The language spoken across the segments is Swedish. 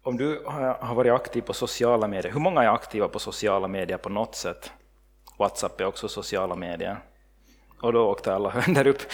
om du har varit aktiv på sociala medier, hur många är aktiva på sociala medier på något sätt? WhatsApp är också sociala medier. Och då åkte alla hönder upp.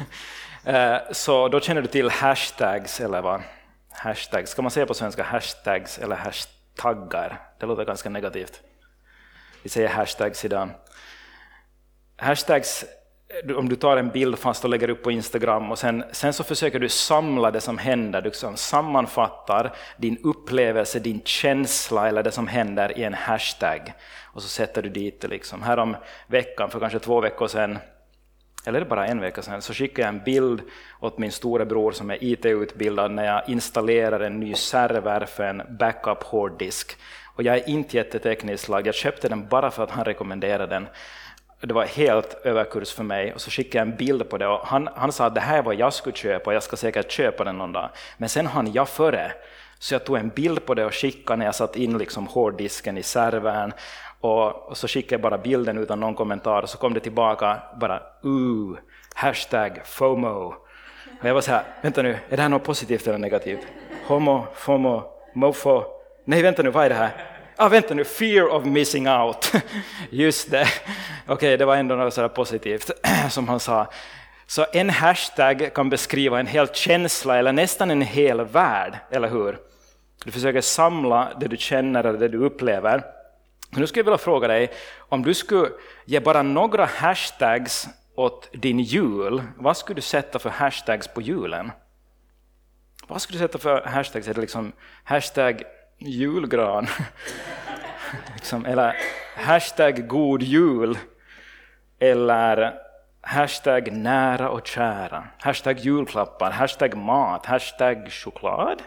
Så då känner du till hashtags, eller vad? Hashtags. Ska man säga på svenska hashtags eller hashtaggar? Det låter ganska negativt. Vi säger hashtags idag. Hashtags, om du tar en bild fast och lägger upp på Instagram och sen så försöker du samla det som händer. Du sammanfattar din upplevelse, din känsla eller det som händer i en hashtag. Och så sätter du dit det liksom. Här om veckan, för kanske 2 veckor sedan, eller är det bara 1 vecka sedan, så skickade jag en bild åt min storebror som är IT-utbildad när jag installerar en ny server för en backup hårddisk. Och jag är inte jättetekniskt lagd, jag köpte den bara för att han rekommenderade den. Det var helt överkurs för mig, och så skickade jag en bild på det, och han sa att det här är vad jag skulle köpa och jag ska säkert köpa den någon dag. Men sen hann jag före, så jag tog en bild på det och skickade när jag satt in liksom hårddisken i servern. Och så skickade jag bara bilden utan någon kommentar, och så kom det tillbaka bara hashtag FOMO. Och jag var så här, vänta nu, är det här något positivt eller negativt? Homo, FOMO, mofo. Nej, vänta nu, vad är det här? Vänta nu, fear of missing out. Just det. Okej, det var ändå något sådär positivt som han sa. Så en hashtag kan beskriva en hel känsla eller nästan en hel värld, eller hur? Du försöker samla det du känner eller det du upplever. Nu skulle jag vilja fråga dig, om du skulle ge bara några hashtags åt din jul, vad skulle du sätta för hashtags på julen? Vad skulle du sätta för hashtags? Är det liksom hashtag julgran? Eller hashtag god jul? Eller hashtag nära och kära? Hashtag julklappar? Hashtag mat? Hashtag choklad?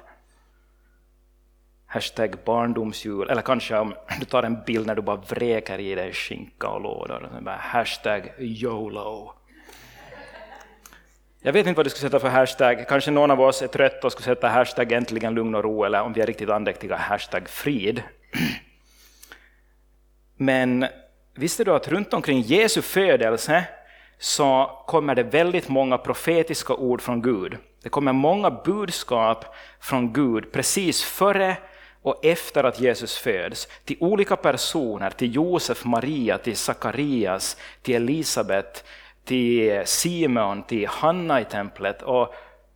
Hashtag barndomsjul, eller kanske om du tar en bild när du bara vräker i dig skinka och lådor. Hashtag YOLO. Jag vet inte vad du ska sätta för hashtag. Kanske någon av oss är trött och ska sätta hashtag äntligen lugn och ro, eller om vi är riktigt andäktiga, hashtag frid. Men visste du att runt omkring Jesu födelse så kommer det väldigt många profetiska ord från Gud. Det kommer många budskap från Gud precis före och efter att Jesus föds, till olika personer, till Josef, Maria, till Sakarias, till Elisabet, till Simon, till Hanna i templet och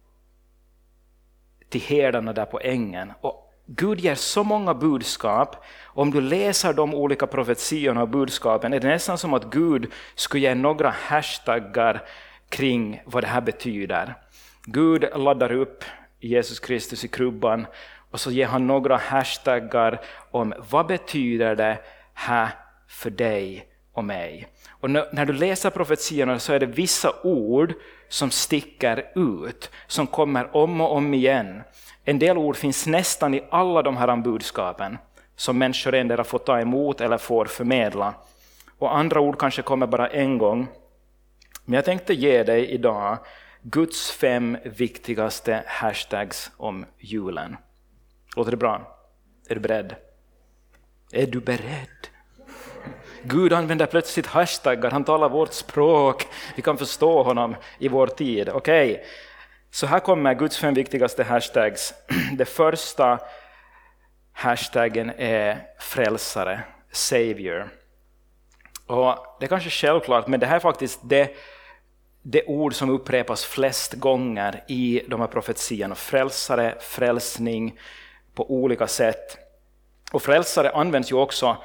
till herdarna där på ängen. Och Gud ger så många budskap. Om du läser de olika profetiorna och budskapen är det nästan som att Gud skulle ge några hashtaggar kring vad det här betyder. Gud laddar upp Jesus Kristus i krubban och så ger han några hashtaggar om vad betyder det här för dig och mig. Och när du läser profetiorna så är det vissa ord som sticker ut, som kommer om och om igen. En del ord finns nästan i alla de här budskapen som människor endera får ta emot eller får förmedla. Och andra ord kanske kommer bara en gång. Men jag tänkte ge dig idag Guds 5 viktigaste hashtags om julen. Låter det bra? Är du beredd? Är du beredd? Gud använder plötsligt hashtaggar, han talar vårt språk. Vi kan förstå honom i vår tid. Okej. Så här kommer Guds 5 viktigaste hashtags. Det första hashtaggen är frälsare, savior. Och det är kanske självklart, men det här är faktiskt det ord som upprepas flest gånger i de här profetiorna. Frälsare, frälsning på olika sätt. Och frälsare används ju också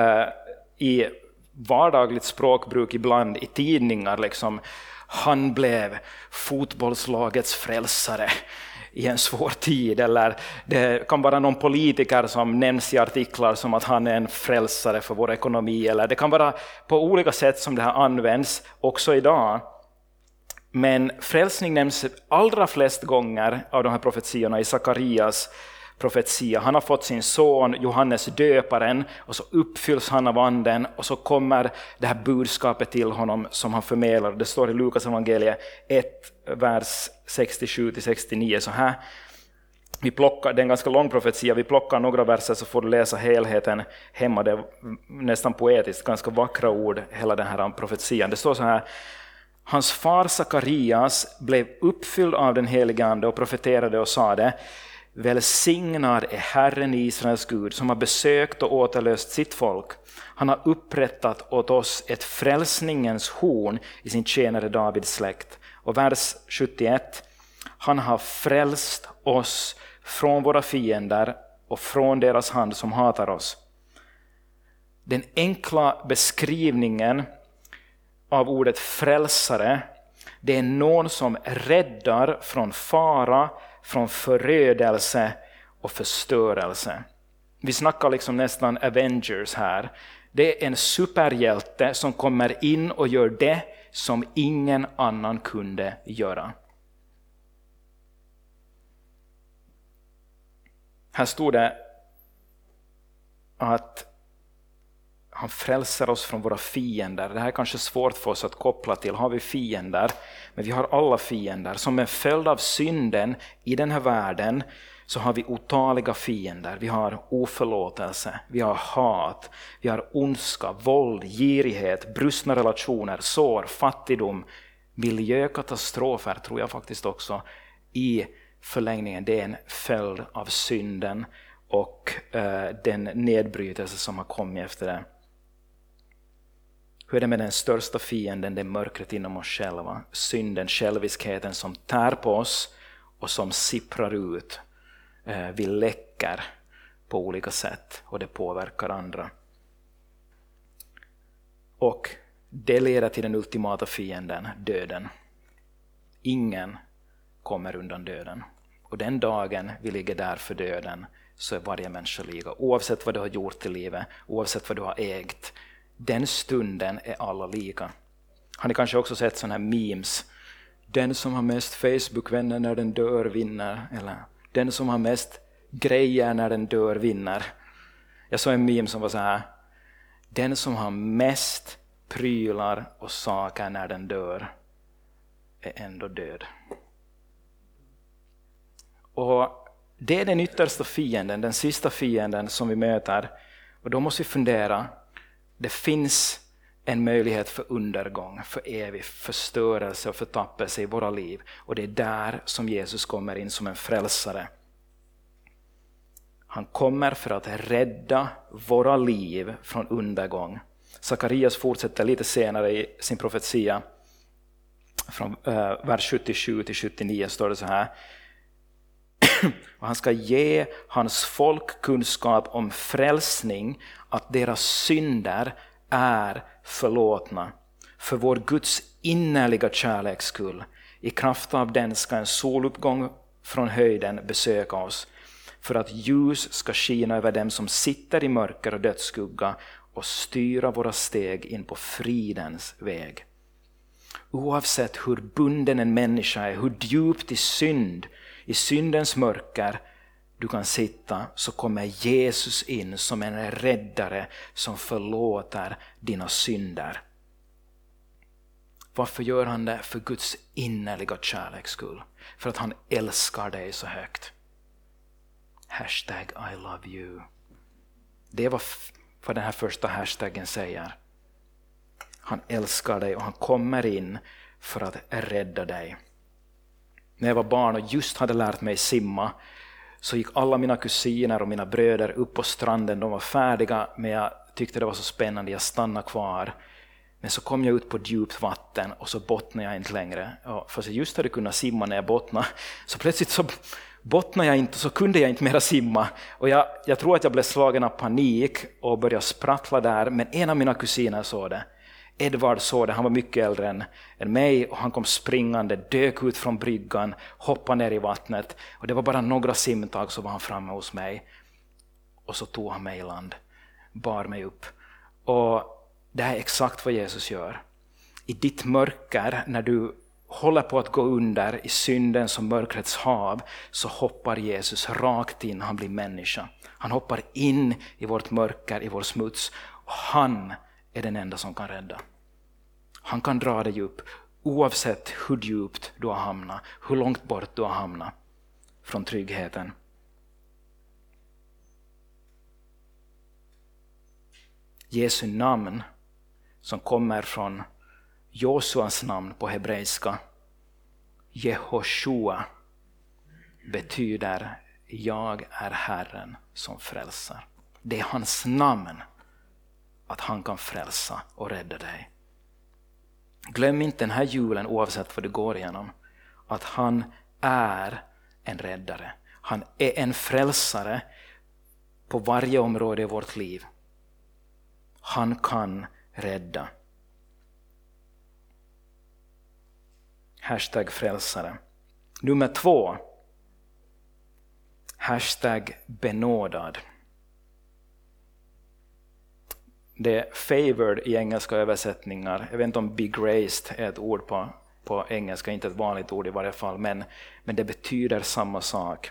i vardagligt språkbruk ibland i tidningar. Liksom, han blev fotbollslagets frälsare i en svår tid. Eller det kan vara någon politiker som nämns i artiklar som att han är en frälsare för vår ekonomi. Eller det kan vara på olika sätt som det här används också idag. Men frälsning nämns allra flest gånger av de här profetiorna i Sakarias profetia. Han har fått sin son Johannes döparen och så uppfylls han av anden och så kommer det här budskapet till honom som han förmedlar. Det står i Lukas evangeliet 1, vers 67-69 så här. Det är en ganska lång profetia, vi plockar några verser så får du läsa helheten hemma. Det är nästan poetiskt, ganska vackra ord hela den här profetian. Det står så här. Hans far Sakarias blev uppfylld av den helige ande och profeterade och sade: Välsignad är Herren Israels Gud som har besökt och återlöst sitt folk. Han har upprättat åt oss ett frälsningens horn i sin tjänare Davids släkt. Och vers 71. Han har frälst oss från våra fiender och från deras hand som hatar oss. Den enkla beskrivningen av ordet frälsare, det är någon som räddar från fara, från förödelse och förstörelse. Vi snackar liksom nästan Avengers här. Det är en superhjälte som kommer in och gör det som ingen annan kunde göra. Här står det att han frälser oss från våra fiender. Det här är kanske svårt för oss att koppla till. Har vi fiender? Men vi har alla fiender. Som en följd av synden i den här världen så har vi otaliga fiender. Vi har oförlåtelse, vi har hat, vi har ondska, våld, girighet, brustna relationer, sår, fattigdom, miljökatastrofer tror jag faktiskt också i förlängningen. Det är en följd av synden och den nedbrytelse som har kommit efter det. Hur är det med den största fienden, det är mörkret inom oss själva? Synden, själviskheten som tär på oss och som sipprar ut. Vi läcker på olika sätt och det påverkar andra. Och det leder till den ultimata fienden, döden. Ingen kommer undan döden. Och den dagen vi ligger där för döden så är varje människa lika. Oavsett vad du har gjort i livet, oavsett vad du har ägt. Den stunden är alla lika. Har ni kanske också sett sådana här memes? Den som har mest Facebook-vänner när den dör vinner. Eller den som har mest grejer när den dör vinner. Jag såg en meme som var så här. Den som har mest prylar och saker när den dör är ändå död. Och det är den yttersta fienden, den sista fienden som vi möter. Och då måste vi fundera. Det finns en möjlighet för undergång, för evig förstörelse och förtappelse i våra liv. Och det är där som Jesus kommer in som en frälsare. Han kommer för att rädda våra liv från undergång. Sakarias fortsätter lite senare i sin profetia. Från vers 77 till 79 står det så här. Och han ska ge hans folk kunskap om frälsning, att deras synder är förlåtna. För vår Guds innerliga kärleks skull. I kraft av den ska en soluppgång från höjden besöka oss. För att ljus ska skina över dem som sitter i mörker och dödsskugga och styra våra steg in på fridens väg. Oavsett hur bunden en människa är, hur djupt i syndens mörker du kan sitta, så kommer Jesus in som en räddare som förlåter dina synder. Varför gör han det? För Guds innerliga kärleks skull. För att han älskar dig så högt. Hashtag I love you. Det var vad den här första hashtaggen säger. Han älskar dig och han kommer in för att rädda dig. När jag var barn och just hade lärt mig simma, så gick alla mina kusiner och mina bröder upp på stranden. De var färdiga, men jag tyckte det var så spännande. Jag stannade kvar. Men så kom jag ut på djupt vatten och så bottnade jag inte längre. Fast jag just hade kunnat simma när jag bottnade. Så plötsligt så bottnade jag inte och så kunde jag inte mera simma. Och jag tror att jag blev slagen av panik och började sprattla där. Men en av mina kusiner såg det. Edvard såg det, han var mycket äldre än mig och han kom springande, dök ut från bryggan, hoppade ner i vattnet och det var bara några simtag så var han framme hos mig och så tog han mig i land, bar mig upp. Och det är exakt vad Jesus gör. I ditt mörker, när du håller på att gå under i syndens och mörkrets hav, så hoppar Jesus rakt in, han blir människa. Han hoppar in i vårt mörker, i vår smuts och han är den enda som kan rädda. Han kan dra dig upp oavsett hur djupt du har hamnat, hur långt bort du har hamnat från tryggheten. Jesu namn, som kommer från Josuas namn på hebreiska, Jehoshua, betyder jag är Herren som frälsar. Det är hans namn att han kan frälsa och rädda dig. Glöm inte den här julen oavsett vad du går igenom. Att han är en räddare. Han är en frälsare på varje område i vårt liv. Han kan rädda. #frälsare. Nummer 2. #benådad. Det är favored i engelska översättningar. Jag vet inte om begraced är ett ord på engelska, inte ett vanligt ord i varje fall, men det betyder samma sak.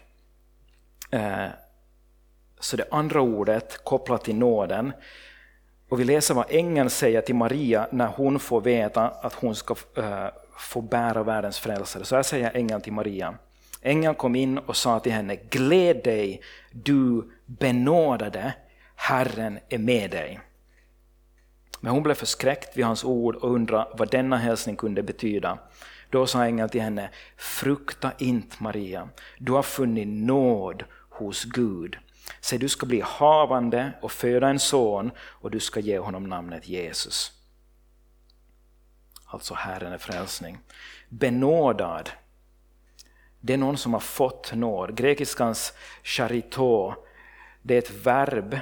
Så det andra ordet kopplat till nåden. Och vi läser vad ängeln säger till Maria när hon får veta att hon ska få bära världens frälsare. Så här säger ängeln till Maria. Ängeln kom in och sa till henne: gläd dig, du benådade, Herren är med dig. Men hon blev förskräckt vid hans ord och undrade vad denna hälsning kunde betyda. Då sa ängeln till henne: frukta inte, Maria, du har funnit nåd hos Gud. Se, du ska bli havande och föda en son och du ska ge honom namnet Jesus. Alltså Herren är frälsning. Benådad. Det är någon som har fått nåd. Grekiskans charito, det är ett verb.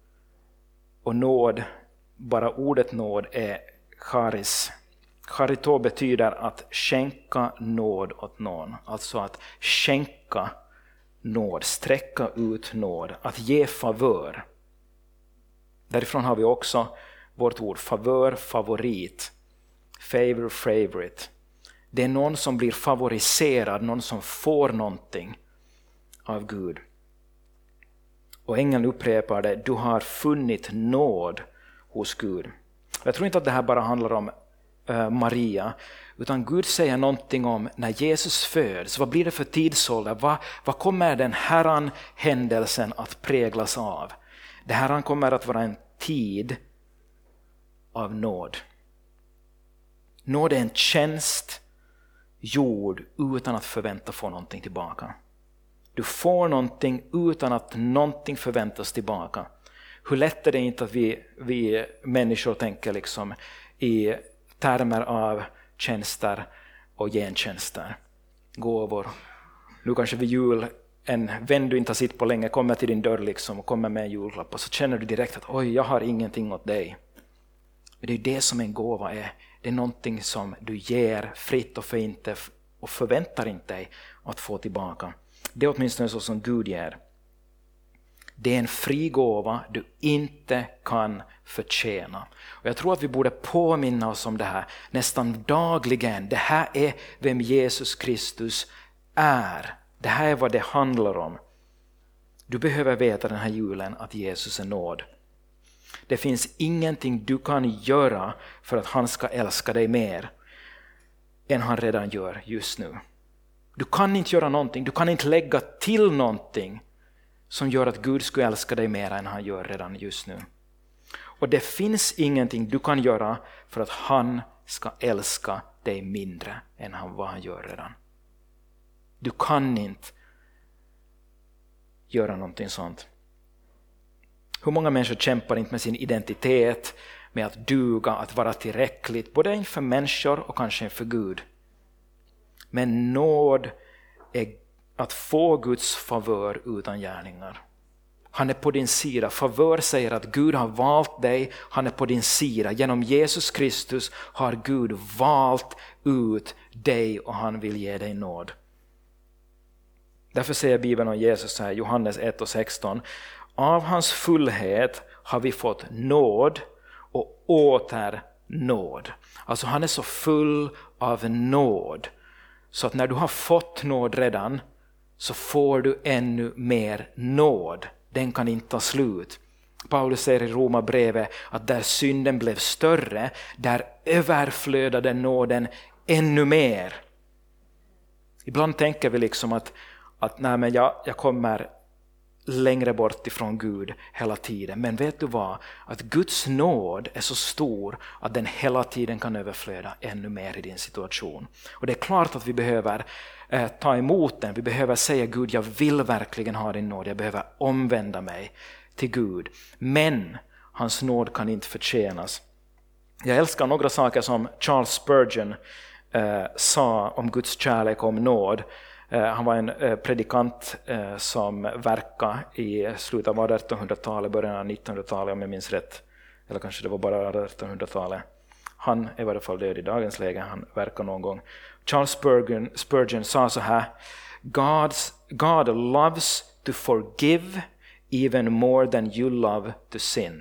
Och nåd, bara ordet nåd är charis. Charito betyder att skänka nåd åt någon. Alltså att skänka nåd, sträcka ut nåd, att ge favör. Därifrån har vi också vårt ord favör, favorit, favor, favorite. Det är någon som blir favoriserad, någon som får någonting av Gud. Och ängeln upprepar det: du har funnit nåd hos Gud. Jag tror inte att det här bara handlar om Maria, utan Gud säger någonting om när Jesus föds. Vad blir det för tidsålder? Vad kommer den här händelsen att präglas av? Det här kommer att vara en tid av nåd. Nåd är en tjänst gjord utan att förvänta få någonting tillbaka. Du får någonting utan att någonting förväntas tillbaka. Hur lätt är det inte att vi människor tänker liksom i termer av tjänster och gentjänster, gåvor. Nu kanske vid jul en vän du inte har sett på länge kommer till din dörr liksom och kommer med en julklapp och så känner du direkt att oj, jag har ingenting åt dig. Men det är det som en gåva är. Det är någonting som du ger fritt och för inte och förväntar inte dig att få tillbaka. Det är åtminstone så som Gud ger. Det är en fri gåva du inte kan förtjäna. Och jag tror att vi borde påminna oss om det här nästan dagligen. Det här är vem Jesus Kristus är. Det här är vad det handlar om. Du behöver veta den här julen att Jesus är nåd. Det finns ingenting du kan göra för att han ska älska dig mer än han redan gör just nu. Du kan inte göra någonting, du kan inte lägga till någonting som gör att Gud skulle älska dig mer än han gör redan just nu. Och det finns ingenting du kan göra för att han ska älska dig mindre än vad han gör redan. Du kan inte göra någonting sånt. Hur många människor kämpar inte med sin identitet, med att duga, att vara tillräckligt, både inför människor och kanske inför Gud. Men nåd är att få Guds favör utan gärningar. Han är på din sida. Favör säger att Gud har valt dig. Han är på din sida. Genom Jesus Kristus har Gud valt ut dig och han vill ge dig nåd. Därför säger Bibeln om Jesus här, Johannes 1:16. Av hans fullhet har vi fått nåd och åter nåd. Alltså han är så full av nåd. Så att när du har fått nåd redan så får du ännu mer nåd. Den kan inte ta slut. Paulus säger i Romarbrevet att där synden blev större, där överflödade nåden ännu mer. Ibland tänker vi liksom att nej, men jag kommer längre bort ifrån Gud hela tiden. Men vet du vad? Att Guds nåd är så stor att den hela tiden kan överflöda ännu mer i din situation. Och det är klart att vi behöver ta emot den. Vi behöver säga Gud, jag vill verkligen ha din nåd. Jag behöver omvända mig till Gud. Men hans nåd kan inte förtjänas. Jag älskar några saker som Charles Spurgeon sa om Guds kärlek och om nåd. Han var en predikant som verkade i slutet av 1800-talet, början av 1900-talet om jag minns rätt. Eller kanske det var bara 1800-talet. Han är i varje fall död i dagens läge, han verkar någon gång. Charles Spurgeon sa så här: God loves to forgive even more than you love to sin.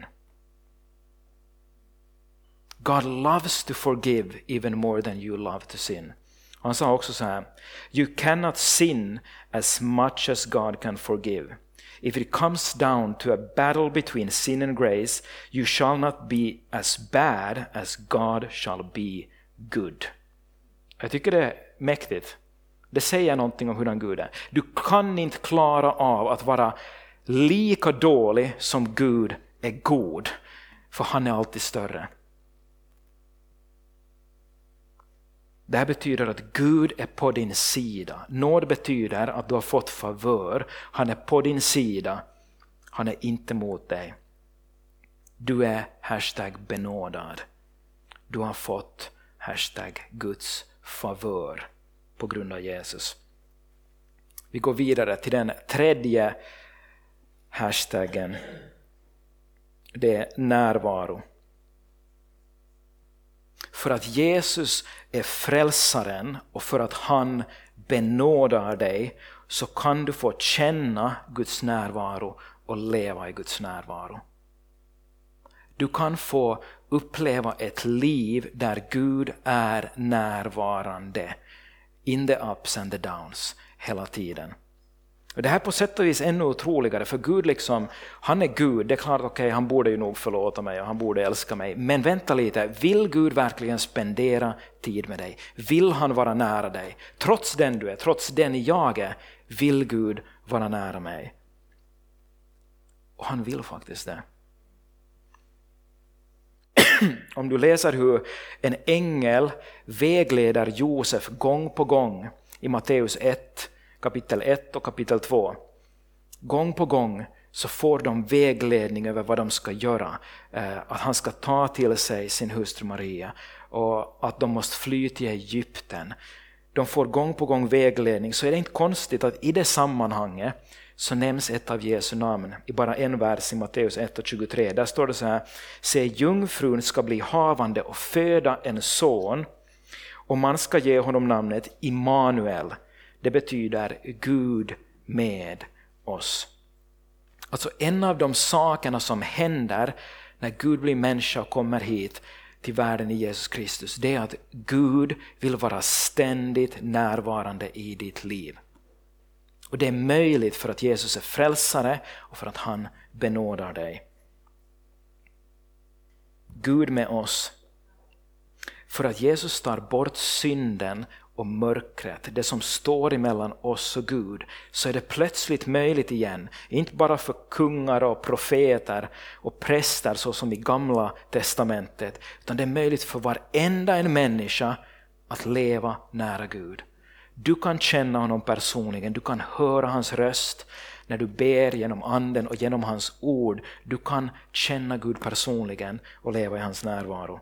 God loves to forgive even more than you love to sin. Han sa också så här: You cannot sin as much as God can forgive. If it comes down to a battle between sin and grace, you shall not be as bad as God shall be good. Jag tycker det är mäktigt. Det säger någonting om hur den Gud är. Du kan inte klara av att vara lika dålig som Gud är god. För han är alltid större. Det här betyder att Gud är på din sida. Nåd betyder att du har fått favör. Han är på din sida. Han är inte mot dig. Du är #benådad. Du har fått #Guds favör på grund av Jesus. Vi går vidare till den tredje hashtaggen. Det är närvaro. För att Jesus är frälsaren och för att han benådar dig, så kan du få känna Guds närvaro och leva i Guds närvaro. Du kan få uppleva ett liv där Gud är närvarande. In the ups and the downs hela tiden. Och det här på sätt och vis ännu otroligare, för Gud liksom, han är Gud. Det är klart, okej, han borde ju nog förlåta mig och han borde älska mig. Men vänta lite, vill Gud verkligen spendera tid med dig? Vill han vara nära dig? Trots den du är, trots den jag är, vill Gud vara nära mig? Och han vill faktiskt det. Om du läser hur en ängel vägleder Josef gång på gång i Matteus 1, kapitel 1 och kapitel 2. Gång på gång så får de vägledning över vad de ska göra. Att han ska ta till sig sin hustru Maria och att de måste fly till Egypten. De får gång på gång vägledning, så är det inte konstigt att i det sammanhanget så nämns ett av Jesu namn i bara en vers i Matteus 1:23. Där står det så här: Se, jungfrun ska bli havande och föda en son, och man ska ge honom namnet Immanuel. Det betyder Gud med oss. Alltså en av de sakerna som händer när Gud blir människa och kommer hit till världen i Jesus Kristus, det är att Gud vill vara ständigt närvarande i ditt liv. Och det är möjligt för att Jesus är frälsare och för att han benådar dig. Gud med oss. För att Jesus tar bort synden och mörkret, det som står emellan oss och Gud, så är det plötsligt möjligt igen, inte bara för kungar och profeter och präster så som i Gamla testamentet, utan det är möjligt för varenda en människa att leva nära Gud. Du kan känna honom personligen, du kan höra hans röst när du ber genom anden och genom hans ord. Du kan känna Gud personligen och leva i hans närvaro.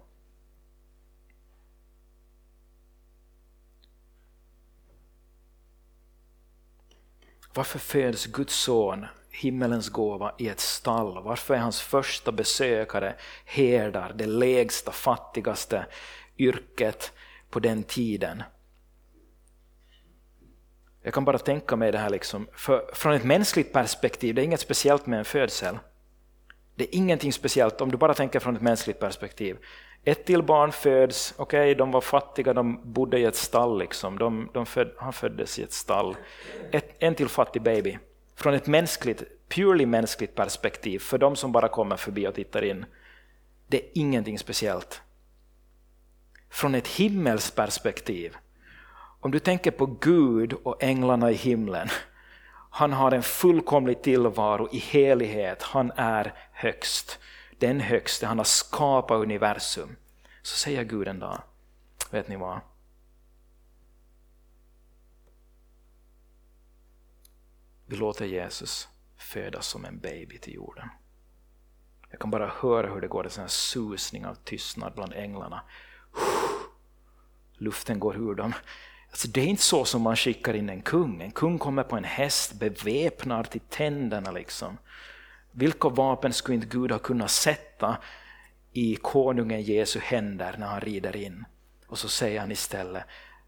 Varför föds Guds son, himmelens gåva, i ett stall? Varför är hans första besökare herdar, det lägsta, fattigaste yrket på den tiden? Jag kan bara tänka mig det här liksom, från ett mänskligt perspektiv, det är inget speciellt med en födsel. Det är ingenting speciellt om du bara tänker från ett mänskligt perspektiv. Ett till barn föds, okej, de var fattiga, de bodde i ett stall liksom. Han föddes i ett stall. En till fattig baby. Från ett purely mänskligt perspektiv, för de som bara kommer förbi och tittar in, det är ingenting speciellt. Från ett himmelsperspektiv, om du tänker på Gud och änglarna i himlen, Han har en fullkomlig tillvaro i helighet. Han är högst. Den högste. Han har skapat universum. Så säger Gud en dag. Vet ni vad? Vi låter Jesus födas som en baby till jorden. Jag kan bara höra hur det går. Det är en susning av tystnad bland änglarna. Luften går ur dem. Alltså det är inte så som man skickar in en kung. En kung kommer på en häst beväpnad till tänderna liksom. Vilka vapen skulle inte Gud ha kunnat sätta i konungen Jesu händer när han rider in? Och så säger han istället,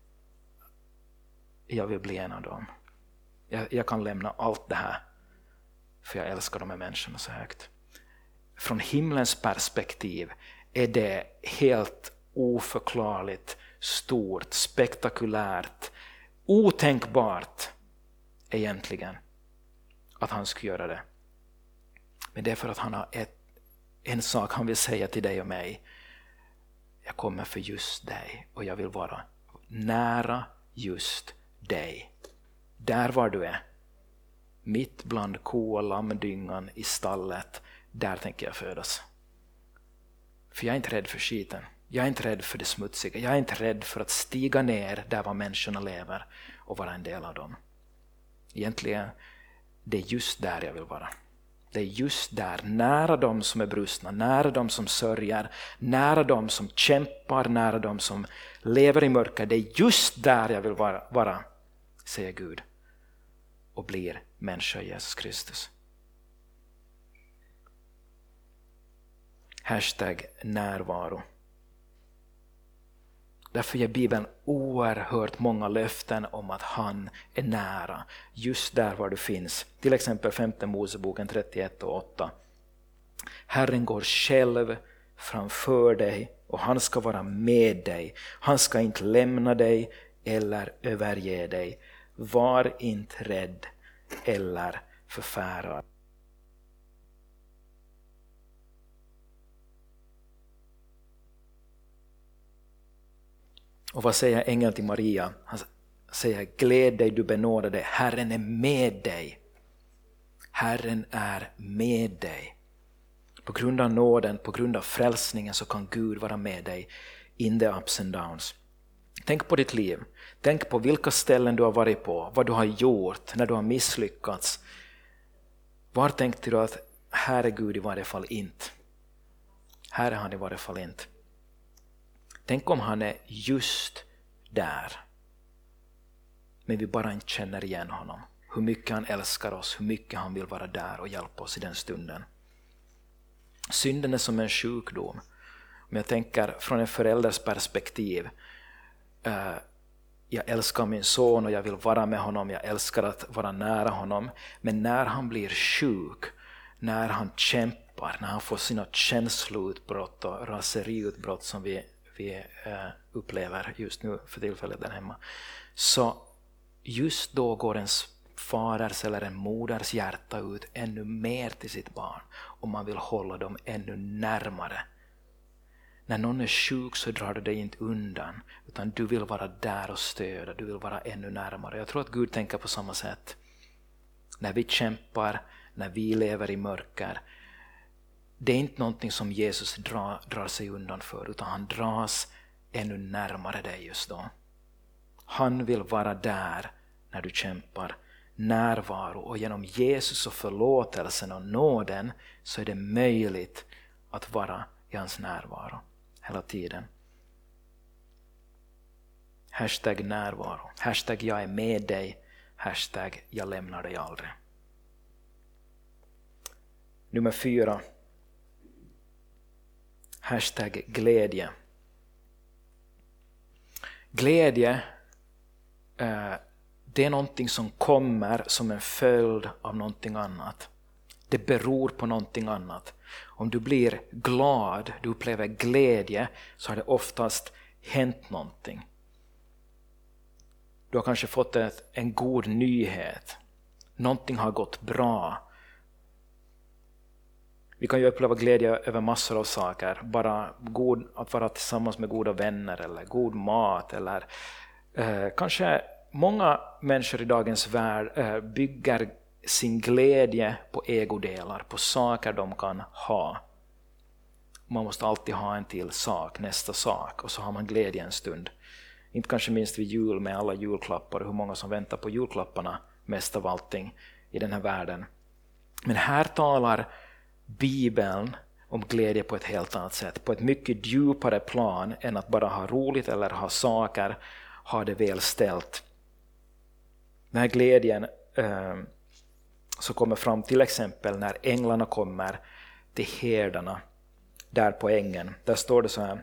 jag vill bli en av dem. Jag kan lämna allt det här för jag älskar de här människorna så högt. Från himlens perspektiv är det helt oförklarligt, stort, spektakulärt, otänkbart egentligen att han skulle göra det. Men det är för att han har en sak han vill säga till dig och mig. Jag kommer för just dig och jag vill vara nära just dig. Där var du är. Mitt bland ko- och lammdyngan i stallet. Där tänker jag födas. För jag är inte rädd för skiten. Jag är inte rädd för det smutsiga. Jag är inte rädd för att stiga ner där var människorna lever och vara en del av dem. Egentligen, det är just där jag vill vara. Det är just där, nära dem som är brustna, nära dem som sörjer, nära dem som kämpar, nära dem som lever i mörker. Det är just där jag vill vara, säger Gud. Och blir människa Jesus Kristus. #närvaro. Därför ger Bibeln oerhört många löften om att han är nära. Just där var du finns. Till exempel 5 Moseboken 31 och 8. Herren går själv framför dig och han ska vara med dig. Han ska inte lämna dig eller överge dig. Var inte rädd eller förfärad. Och vad säger ängeln till Maria? Han säger, gläd dig du benådade, Herren är med dig. Herren är med dig. På grund av nåden, på grund av frälsningen så kan Gud vara med dig in the ups and downs. Tänk på ditt liv. Tänk på vilka ställen du har varit på, vad du har gjort, när du har misslyckats. Var tänkte du att här är Gud i varje fall inte? Här är han i varje fall inte. Tänk om han är just där. Men vi bara inte känner igen honom. Hur mycket han älskar oss, hur mycket han vill vara där och hjälpa oss i den stunden. Synden är som en sjukdom. Om jag tänker från en förälders perspektiv. Jag älskar min son och jag vill vara med honom. Jag älskar att vara nära honom. Men när han blir sjuk, när han kämpar, när han får sina känsloutbrott och raseriutbrott som vi upplever just nu för tillfället där hemma. Så just då går ens faders eller en moders hjärta ut ännu mer till sitt barn. Och man vill hålla dem ännu närmare. När någon är sjuk så drar du dig inte undan. Utan du vill vara där och stödja. Du vill vara ännu närmare. Jag tror att Gud tänker på samma sätt. När vi kämpar, när vi lever i mörker. Det är inte någonting som Jesus drar sig undan för. Utan han dras ännu närmare dig just då. Han vill vara där när du kämpar. Närvaro. Och genom Jesus och förlåtelsen och nåden så är det möjligt att vara i hans närvaro hela tiden. #närvaro. #jag är med dig. #jag lämnar dig aldrig. Nummer 4. #glädje. Glädje det är någonting som kommer som en följd av någonting annat. Det beror på någonting annat. Om du blir glad, du upplever glädje, så har det oftast hänt någonting. Du har kanske fått en god nyhet. Någonting har gått bra. Vi kan ju uppleva glädje över massor av saker. Bara att vara tillsammans med goda vänner eller god mat eller kanske många människor i dagens värld bygger sin glädje på ägodelar, på saker de kan ha. Man måste alltid ha en till sak, nästa sak, och så har man glädje en stund. Inte kanske minst vid jul med alla julklappar, hur många som väntar på julklapparna mest av allting i den här världen. Men här talar Bibeln om glädje på ett helt annat sätt, på ett mycket djupare plan än att bara ha roligt eller ha saker, ha det väl ställt. Den här glädjen så kommer fram till exempel när änglarna kommer till herdarna där på ängen. Där står det så här: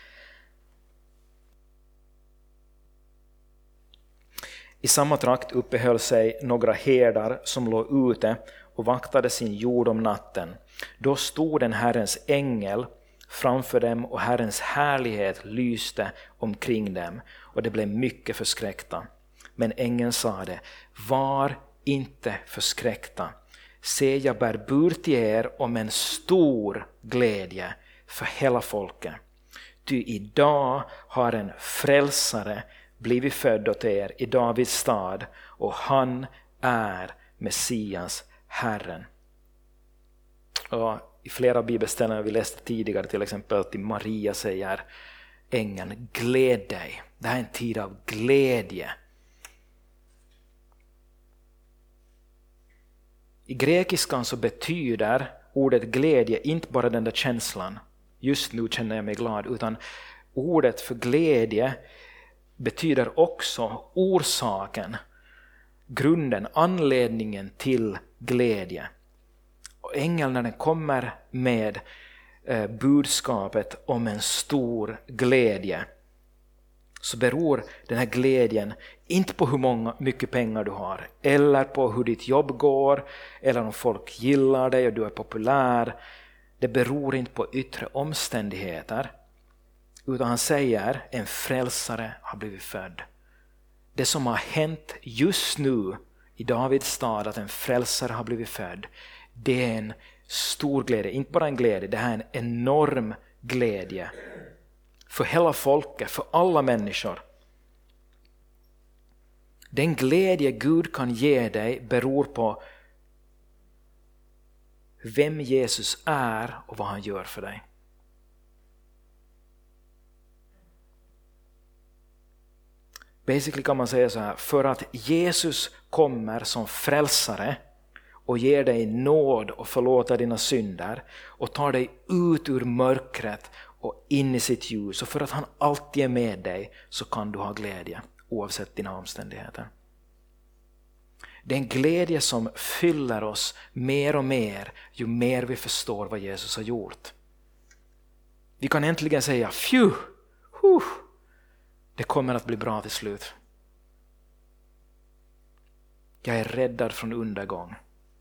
i samma trakt uppehöll sig några herdar som låg ute och vaktade sin jord om natten. Då stod en Herrens ängel framför dem och Herrens härlighet lyste omkring dem och det blev mycket förskräckta. Men ängeln sade: var inte förskräckta. Se, jag bär bud till er om en stor glädje för hela folket. Ty idag har en frälsare blivit född åt er i Davids stad, och han är Messias, Herren. Och i flera bibelställen vi läste tidigare, till exempel till Maria säger ängeln: gläd dig. Det här är en tid av glädje. I grekiskan så betyder ordet glädje inte bara den där känslan, just nu känner jag mig glad, utan ordet för glädje betyder också orsaken, grunden, anledningen till glädje. Och ängeln, när den kommer med budskapet om en stor glädje, så beror den här glädjen inte på hur mycket pengar du har, eller på hur ditt jobb går, eller om folk gillar dig och du är populär. Det beror inte på yttre omständigheter, utan han säger: en frälsare har blivit född. Det som har hänt just nu i Davids stad, att en frälsare har blivit född, det är en stor glädje. Inte bara en glädje, det här är en enorm glädje för hela folket, för alla människor. Den glädje Gud kan ge dig beror på vem Jesus är och vad han gör för dig. Basically kan man säga så här: för att Jesus kommer som frälsare och ger dig nåd och förlåter dina synder och tar dig ut ur mörkret och in i sitt ljus, och för att han alltid är med dig, så kan du ha glädje oavsett dina omständigheter. Det är en glädje som fyller oss mer och mer ju mer vi förstår vad Jesus har gjort. Vi kan äntligen säga: det kommer att bli bra till slut. Jag är räddad från undergång.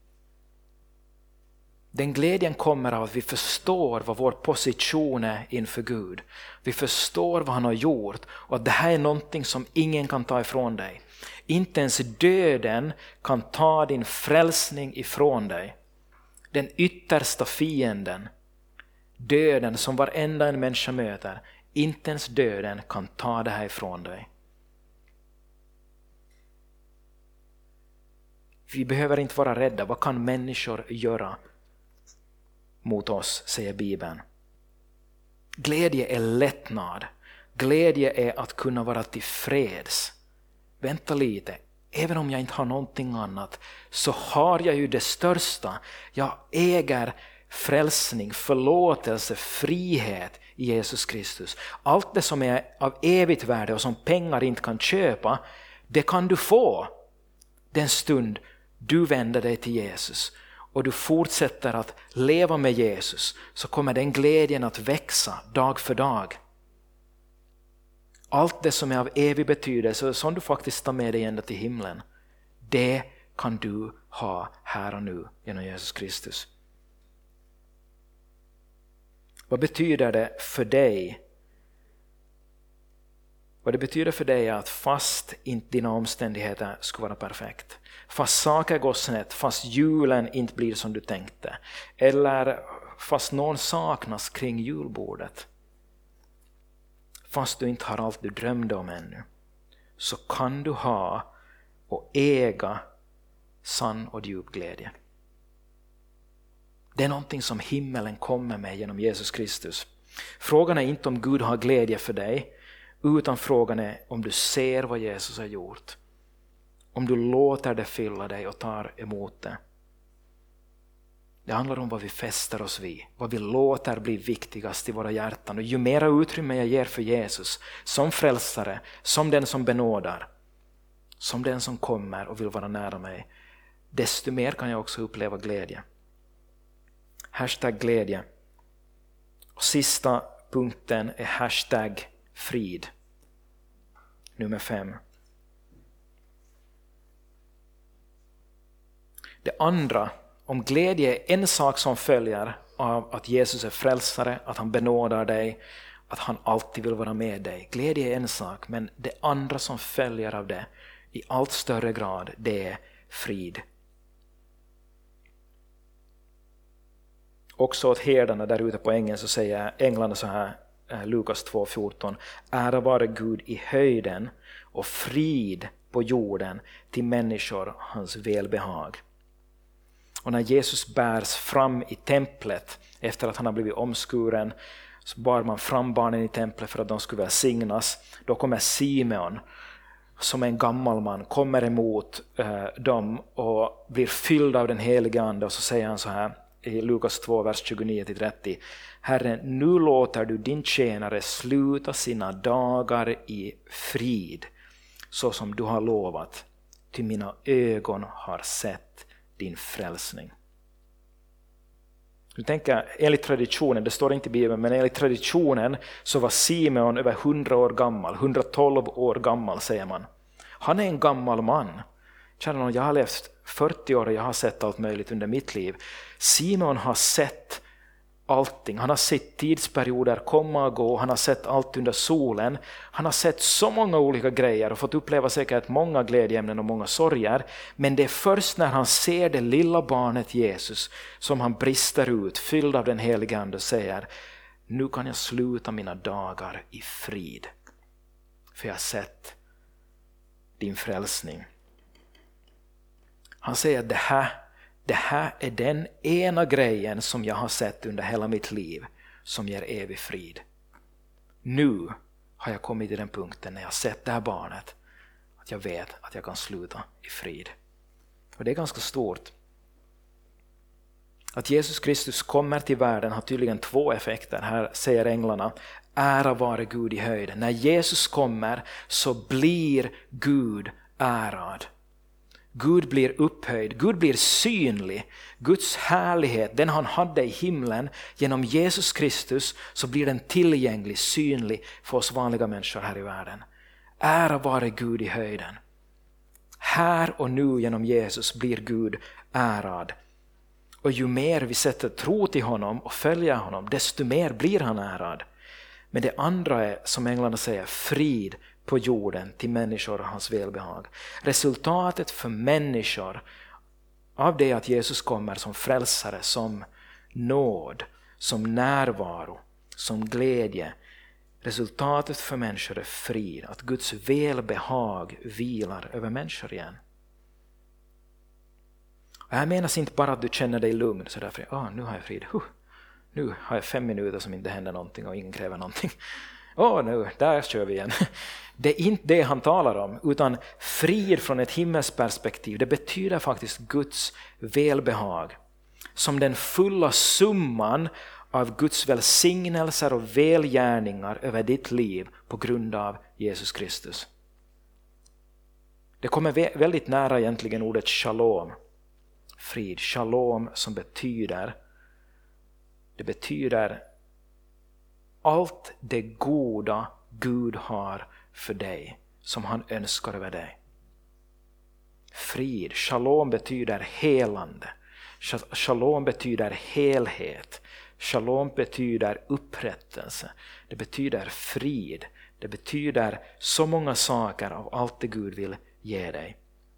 Den glädjen kommer av att vi förstår vad vår position är inför Gud. Vi förstår vad han har gjort, och att det här är någonting som ingen kan ta ifrån dig. Inte ens döden kan ta din frälsning ifrån dig. Den yttersta fienden, döden som varenda en människa möter, inte ens döden kan ta det här ifrån dig. Vi behöver inte vara rädda. Vad kan människor göra mot oss, säger Bibeln. Glädje är lättnad. Glädje är att kunna vara tillfreds. Vänta lite, även om jag inte har någonting annat, så har jag ju det största. Jag äger frälsning, förlåtelse, frihet i Jesus Kristus. Allt det som är av evigt värde och som pengar inte kan köpa, det kan du få den stund du vänder dig till Jesus och du fortsätter att leva med Jesus. Så kommer den glädjen att växa dag för dag. Allt det som är av evig betydelse, som du faktiskt tar med dig ända till himlen, det kan du ha här och nu genom Jesus Kristus. Vad betyder det för dig? Vad det betyder för dig är att fast inte dina omständigheter ska vara perfekt, fast saker går snett, fast julen inte blir som du tänkte, eller fast någon saknas kring julbordet, fast du inte har allt du drömde om ännu, så kan du ha och äga sann och djup glädje. Det är någonting som himmelen kommer med genom Jesus Kristus. Frågan är inte om Gud har glädje för dig, utan frågan är om du ser vad Jesus har gjort. Om du låter det fylla dig och tar emot det. Det handlar om vad vi fäster oss vid, vad vi låter bli viktigast i våra hjärtan. Och ju mera utrymme jag ger för Jesus som frälsare, som den som benådar, som den som kommer och vill vara nära mig, desto mer kan jag också uppleva glädje. #glädje. Och sista punkten är #frid. Nummer 5. Det andra, om glädje är en sak som följer av att Jesus är frälsare, att han benådar dig, att han alltid vill vara med dig. Glädje är en sak, men det andra som följer av det i allt större grad, det är frid. Också åt herdarna där ute på ängen så säger änglarna så här, Lukas 2:14: Ära vare Gud i höjden och frid på jorden till människor hans välbehag. Och när Jesus bärs fram i templet efter att han har blivit omskuren, så bar man fram barnen i templet för att de skulle välsignas. Då kommer Simeon som en gammal man, kommer emot dem och blir fylld av den helige ande, och så säger han så här i Lukas 2, vers 29-30: Herre, nu låter du din tjänare sluta sina dagar i frid, så som du har lovat, till mina ögon har sett din frälsning. Du tänker, enligt traditionen, det står inte i Bibeln, men enligt traditionen så var Simeon över 100 år gammal, 112 år gammal säger man. Han är en gammal man. Jag har levt 40 år och jag har sett allt möjligt under mitt liv. Simeon har sett allting. Han har sett tidsperioder komma och gå. Han har sett allt under solen. Han har sett så många olika grejer och fått uppleva säkert många glädjeämnen och många sorger. Men det är först när han ser det lilla barnet Jesus som han brister ut, fylld av den helige ande, och säger: nu kan jag sluta mina dagar i frid, för jag har sett din frälsning. Han säger att det här är den ena grejen som jag har sett under hela mitt liv som ger evig frid. Nu har jag kommit till den punkten när jag sett det här barnet att jag vet att jag kan sluta i frid. Och det är ganska stort. Att Jesus Kristus kommer till världen har tydligen 2 effekter. Här säger änglarna: ära vare Gud i höjden. När Jesus kommer så blir Gud ärad. Gud blir upphöjd, Gud blir synlig. Guds härlighet, den han hade i himlen, genom Jesus Kristus så blir den tillgänglig, synlig för oss vanliga människor här i världen. Ära vare Gud i höjden. Här och nu genom Jesus blir Gud ärad. Och ju mer vi sätter tro till honom och följer honom, desto mer blir han ärad. Men det andra är, som änglarna säger, frid på jorden till människor och hans välbehag. Resultatet för människor av det att Jesus kommer som frälsare, som nåd, som närvaro, som glädje. Resultatet för människor är frid, att Guds välbehag vilar över människor igen. Och här menas inte bara att du känner dig lugn, så därför, nu har jag frid. Nu har jag 5 minuter som inte händer någonting och ingen kräver någonting. Nu, där kör vi igen. Det är inte det han talar om, utan frid från ett himmelsperspektiv. Det betyder faktiskt Guds välbehag. Som den fulla summan av Guds välsignelser och välgärningar över ditt liv på grund av Jesus Kristus. Det kommer väldigt nära egentligen ordet shalom. Frid, shalom, som betyder allt det goda Gud har för dig, som han önskar över dig. Frid, shalom betyder helande. Shalom betyder helhet. Shalom betyder upprättelse. Det betyder frid. Det betyder så många saker av allt det Gud vill ge dig.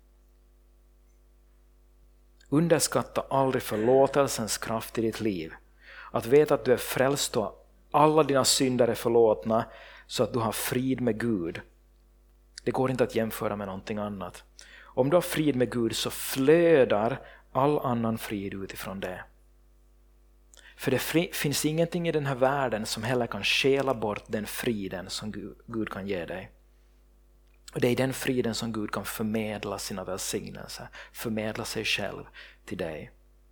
Underskatta aldrig förlåtelsens kraft i ditt liv. Att veta att du är frälst och alla dina synder är förlåtna, så att du har frid med Gud. Det går inte att jämföra med någonting annat. Om du har frid med Gud så flödar all annan frid utifrån det. För det finns ingenting i den här världen som heller kan stjäla bort den friden som Gud kan ge dig. Och det är den friden som Gud kan förmedla sina välsignelser, förmedla sig själv till dig.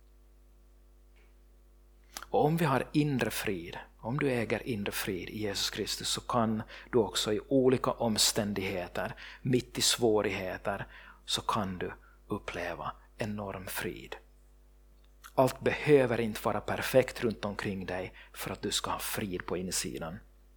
Och om vi har inre frid, om du äger inre frid i Jesus Kristus, så kan du också i olika omständigheter, mitt i svårigheter, så kan du uppleva enorm frid. Allt behöver inte vara perfekt runt omkring dig för att du ska ha frid på insidan.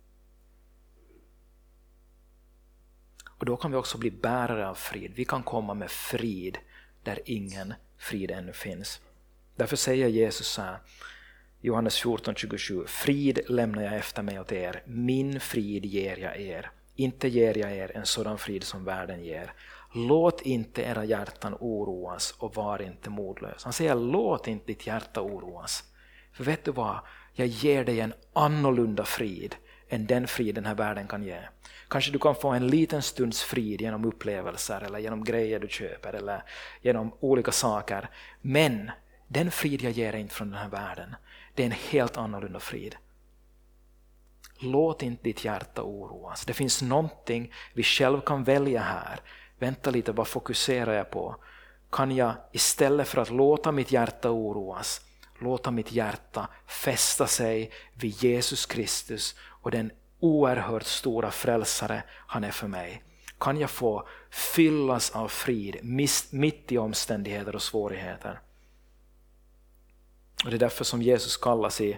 Och då kan vi också bli bärare av frid. Vi kan komma med frid där ingen frid ännu finns. Därför säger Jesus så här, Johannes 14:27, frid lämnar jag efter mig åt er, min frid ger jag er. Inte ger jag er en sådan frid som världen ger. Låt inte era hjärtan oroas och var inte modlös. Han säger, låt inte ditt hjärta oroas. För vet du vad? Jag ger dig en annorlunda frid än den frid den här världen kan ge. Kanske du kan få en liten stunds frid genom upplevelser eller genom grejer du köper eller genom olika saker. Men den frid jag ger är inte från den här världen. Det är en helt annorlunda frid. Låt inte ditt hjärta oroas. Det finns någonting vi själv kan välja här. Vänta lite, vad fokuserar jag på? Kan jag istället för att låta mitt hjärta oroas, låta mitt hjärta fästa sig vid Jesus Kristus och den oerhört stora frälsare han är för mig? Kan jag få fyllas av frid mitt i omständigheter och svårigheter? Och det är därför som Jesus kallas i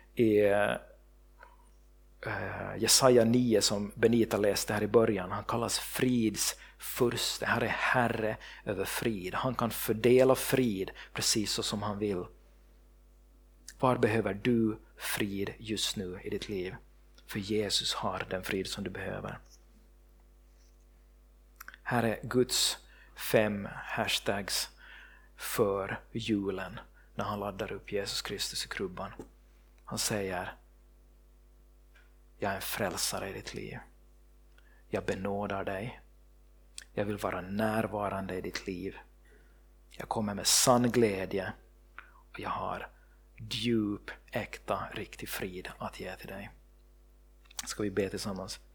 Jesaja 9 som Benita läste här i början. Han kallas frids furste. Det här är herre över frid. Han kan fördela frid precis så som han vill. Var behöver du frid just nu i ditt liv? För Jesus har den frid som du behöver. Här är Guds 5 hashtags för julen när han laddar upp Jesus Kristus i krubban. Han säger, jag är en frälsare i ditt liv. Jag benådar dig. Jag vill vara närvarande i ditt liv. Jag kommer med sann glädje och jag har djup, äkta, riktig frid att ge till dig. Ska vi be tillsammans?